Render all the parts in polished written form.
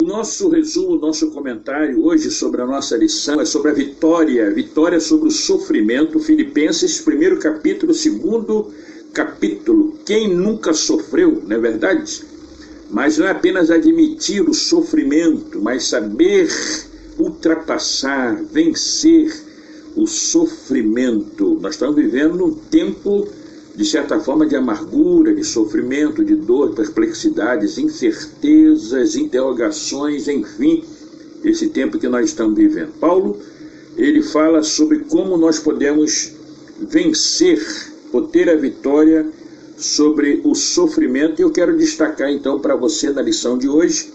nosso resumo, o nosso comentário hoje sobre a nossa lição é sobre a vitória sobre o sofrimento. Filipenses, primeiro capítulo, segundo capítulo. Quem nunca sofreu, não é verdade? Mas não é apenas admitir o sofrimento, mas saber ultrapassar, vencer o sofrimento. Nós estamos vivendo um tempo, de certa forma, de amargura, de sofrimento, de dor, perplexidades, incertezas, interrogações, enfim, esse tempo que nós estamos vivendo. Paulo, ele fala sobre como nós podemos vencer, ou ter a vitória sobre o sofrimento. E eu quero destacar então para você na lição de hoje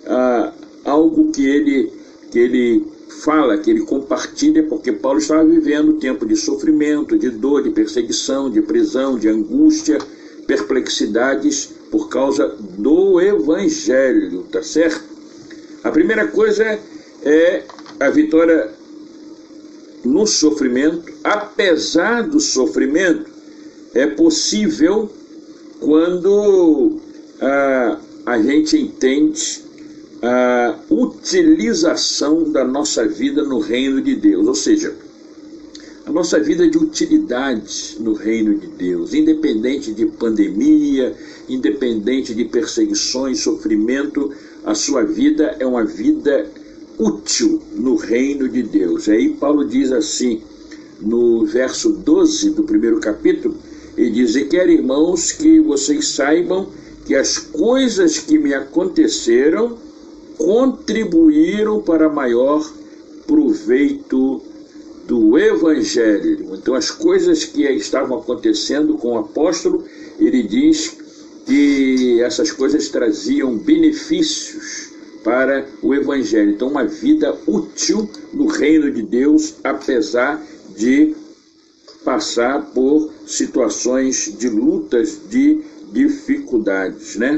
algo que ele fala, que ele compartilha, porque Paulo estava vivendo tempo de sofrimento, de dor, de perseguição, de prisão, de angústia, perplexidades por causa do Evangelho, tá certo? A primeira coisa é a vitória no sofrimento. Apesar do sofrimento, é possível quando a gente entende a utilização da nossa vida no reino de Deus, ou seja, a nossa vida de utilidade no reino de Deus, independente de pandemia, independente de perseguições, sofrimento, a sua vida é uma vida útil no reino de Deus. Aí Paulo diz assim, no verso 12 do primeiro capítulo, ele diz: "E quero, irmãos, que vocês saibam que as coisas que me aconteceram contribuíram para maior proveito do Evangelho." Então, as coisas que estavam acontecendo com o apóstolo, ele diz que essas coisas traziam benefícios para o Evangelho. Então, uma vida útil no reino de Deus, apesar de passar por situações de lutas, de dificuldades, né?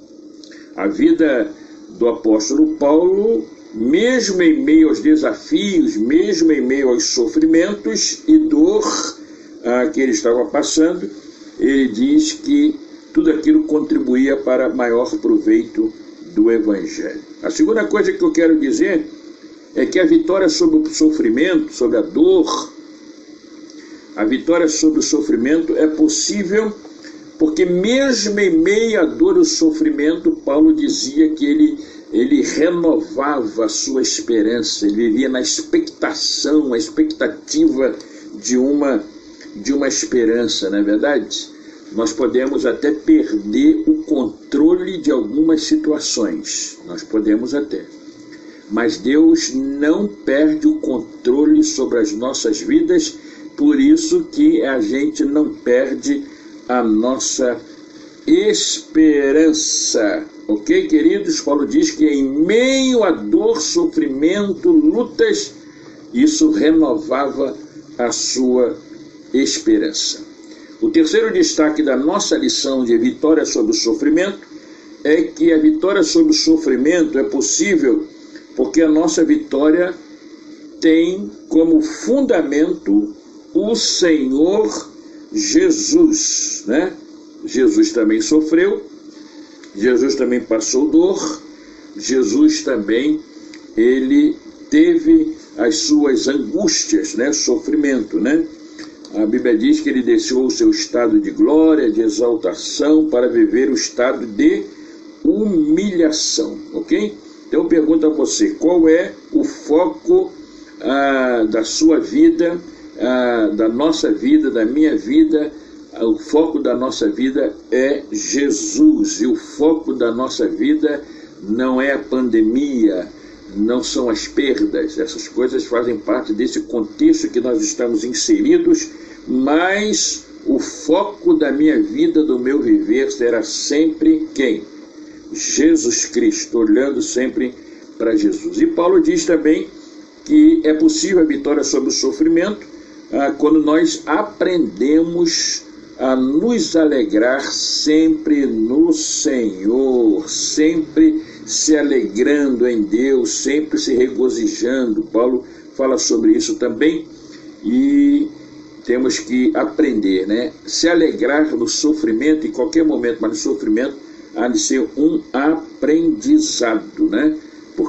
A vida do apóstolo Paulo, mesmo em meio aos desafios, mesmo em meio aos sofrimentos e dor que ele estava passando, ele diz que tudo aquilo contribuía para maior proveito do Evangelho. A segunda coisa que eu quero dizer é que a vitória sobre o sofrimento, sobre a dor, a vitória sobre o sofrimento é possível porque mesmo em meio à dor e ao sofrimento, Paulo dizia que ele renovava a sua esperança, ele vivia na expectação, a expectativa de uma esperança, não é verdade? Nós podemos até perder o controle de algumas situações, nós podemos até, mas Deus não perde o controle sobre as nossas vidas, por isso que a gente não perde a nossa esperança. Ok, queridos? Paulo diz que em meio a dor, sofrimento, lutas, isso renovava a sua esperança. O terceiro destaque da nossa lição de vitória sobre o sofrimento é que a vitória sobre o sofrimento é possível porque a nossa vitória tem como fundamento o Senhor Jesus, né? Jesus também sofreu, Jesus também passou dor, Jesus também, ele teve as suas angústias, né? Sofrimento, né? A Bíblia diz que ele deixou o seu estado de glória, de exaltação, para viver o estado de humilhação, ok? Então eu pergunto a você, qual é o foco da sua vida, da nossa vida, da minha vida? O foco da nossa vida é Jesus, e o foco da nossa vida não é a pandemia, não são as perdas. Essas coisas fazem parte desse contexto que nós estamos inseridos, mas o foco da minha vida, do meu viver, será sempre quem? Jesus Cristo, olhando sempre para Jesus. E Paulo diz também que é possível a vitória sobre o sofrimento quando nós aprendemos a nos alegrar sempre no Senhor, sempre se alegrando em Deus, sempre se regozijando. Paulo fala sobre isso também, e temos que aprender, né? Se alegrar no sofrimento, em qualquer momento, mas no sofrimento há de ser um aprendizado, né?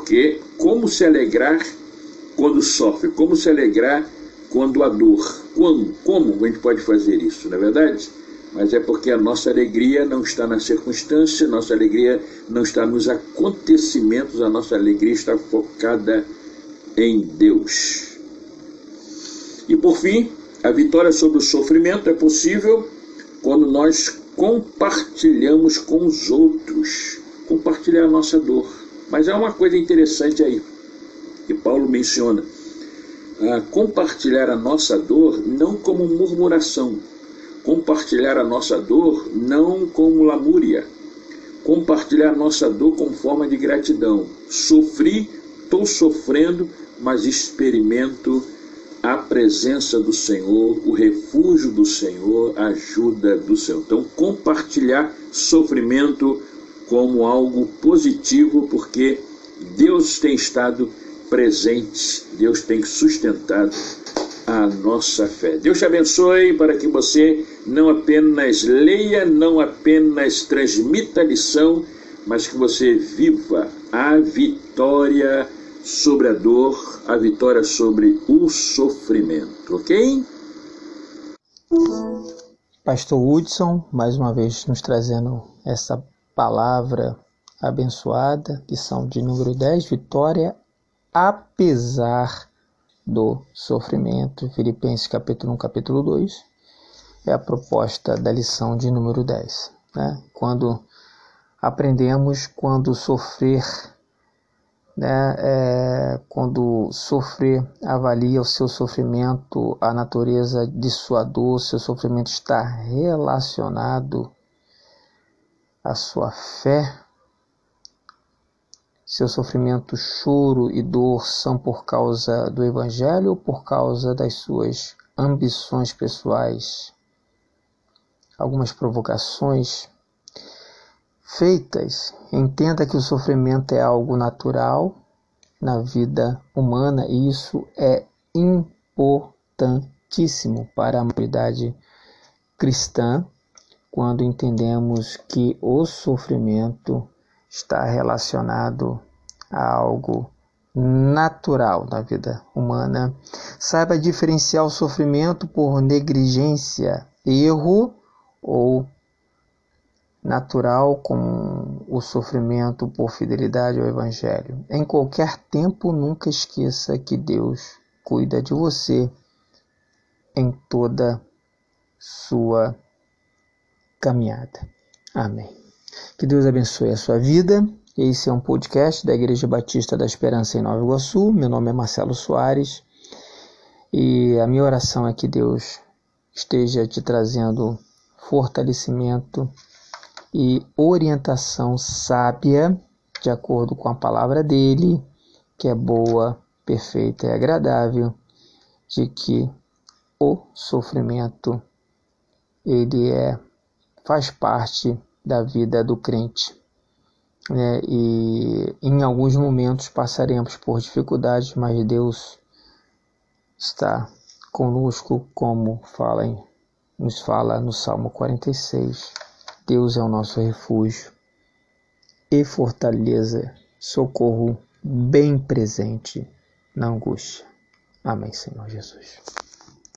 Porque como se alegrar quando sofre? Como se alegrar quando há dor? Como a gente pode fazer isso, não é verdade? Mas é porque a nossa alegria não está na circunstância, nossa alegria não está nos acontecimentos, a nossa alegria está focada em Deus. E por fim, a vitória sobre o sofrimento é possível quando nós compartilhamos com os outros, compartilhar a nossa dor. Mas há uma coisa interessante aí, que Paulo menciona, compartilhar a nossa dor não como murmuração, compartilhar a nossa dor não como lamúria, compartilhar a nossa dor como forma de gratidão. Sofri, estou sofrendo, mas experimento a presença do Senhor, o refúgio do Senhor, a ajuda do Senhor. Então, compartilhar sofrimento como algo positivo, porque Deus tem estado presente, Deus tem sustentado a nossa fé. Deus te abençoe para que você não apenas leia, não apenas transmita a lição, mas que você viva a vitória sobre a dor, a vitória sobre o sofrimento, ok? Pastor Hudson, mais uma vez nos trazendo essa palavra abençoada, lição de número 10, vitória apesar do sofrimento. Filipenses capítulo 1, capítulo 2, é a proposta da lição de número 10. Né? Quando aprendemos, quando sofrer avalia o seu sofrimento, a natureza de sua dor, seu sofrimento está relacionado à sua fé, seu sofrimento, choro e dor são por causa do Evangelho ou por causa das suas ambições pessoais, algumas provocações feitas. Entenda que o sofrimento é algo natural na vida humana e isso é importantíssimo para a maturidade cristã, quando entendemos que o sofrimento está relacionado a algo natural na vida humana. Saiba diferenciar o sofrimento por negligência, erro, ou natural com o sofrimento por fidelidade ao Evangelho. Em qualquer tempo, nunca esqueça que Deus cuida de você em toda sua caminhada. Amém. Que Deus abençoe a sua vida. Esse é um podcast da Igreja Batista da Esperança em Nova Iguaçu. Meu nome é Marcelo Soares e a minha oração é que Deus esteja te trazendo fortalecimento e orientação sábia, de acordo com a palavra dele, que é boa, perfeita e agradável, de que o sofrimento ele faz parte da vida do crente, né? E em alguns momentos passaremos por dificuldades, mas Deus está conosco, como nos fala no Salmo 46. Deus é o nosso refúgio e fortaleza, socorro bem presente na angústia. Amém, Senhor Jesus.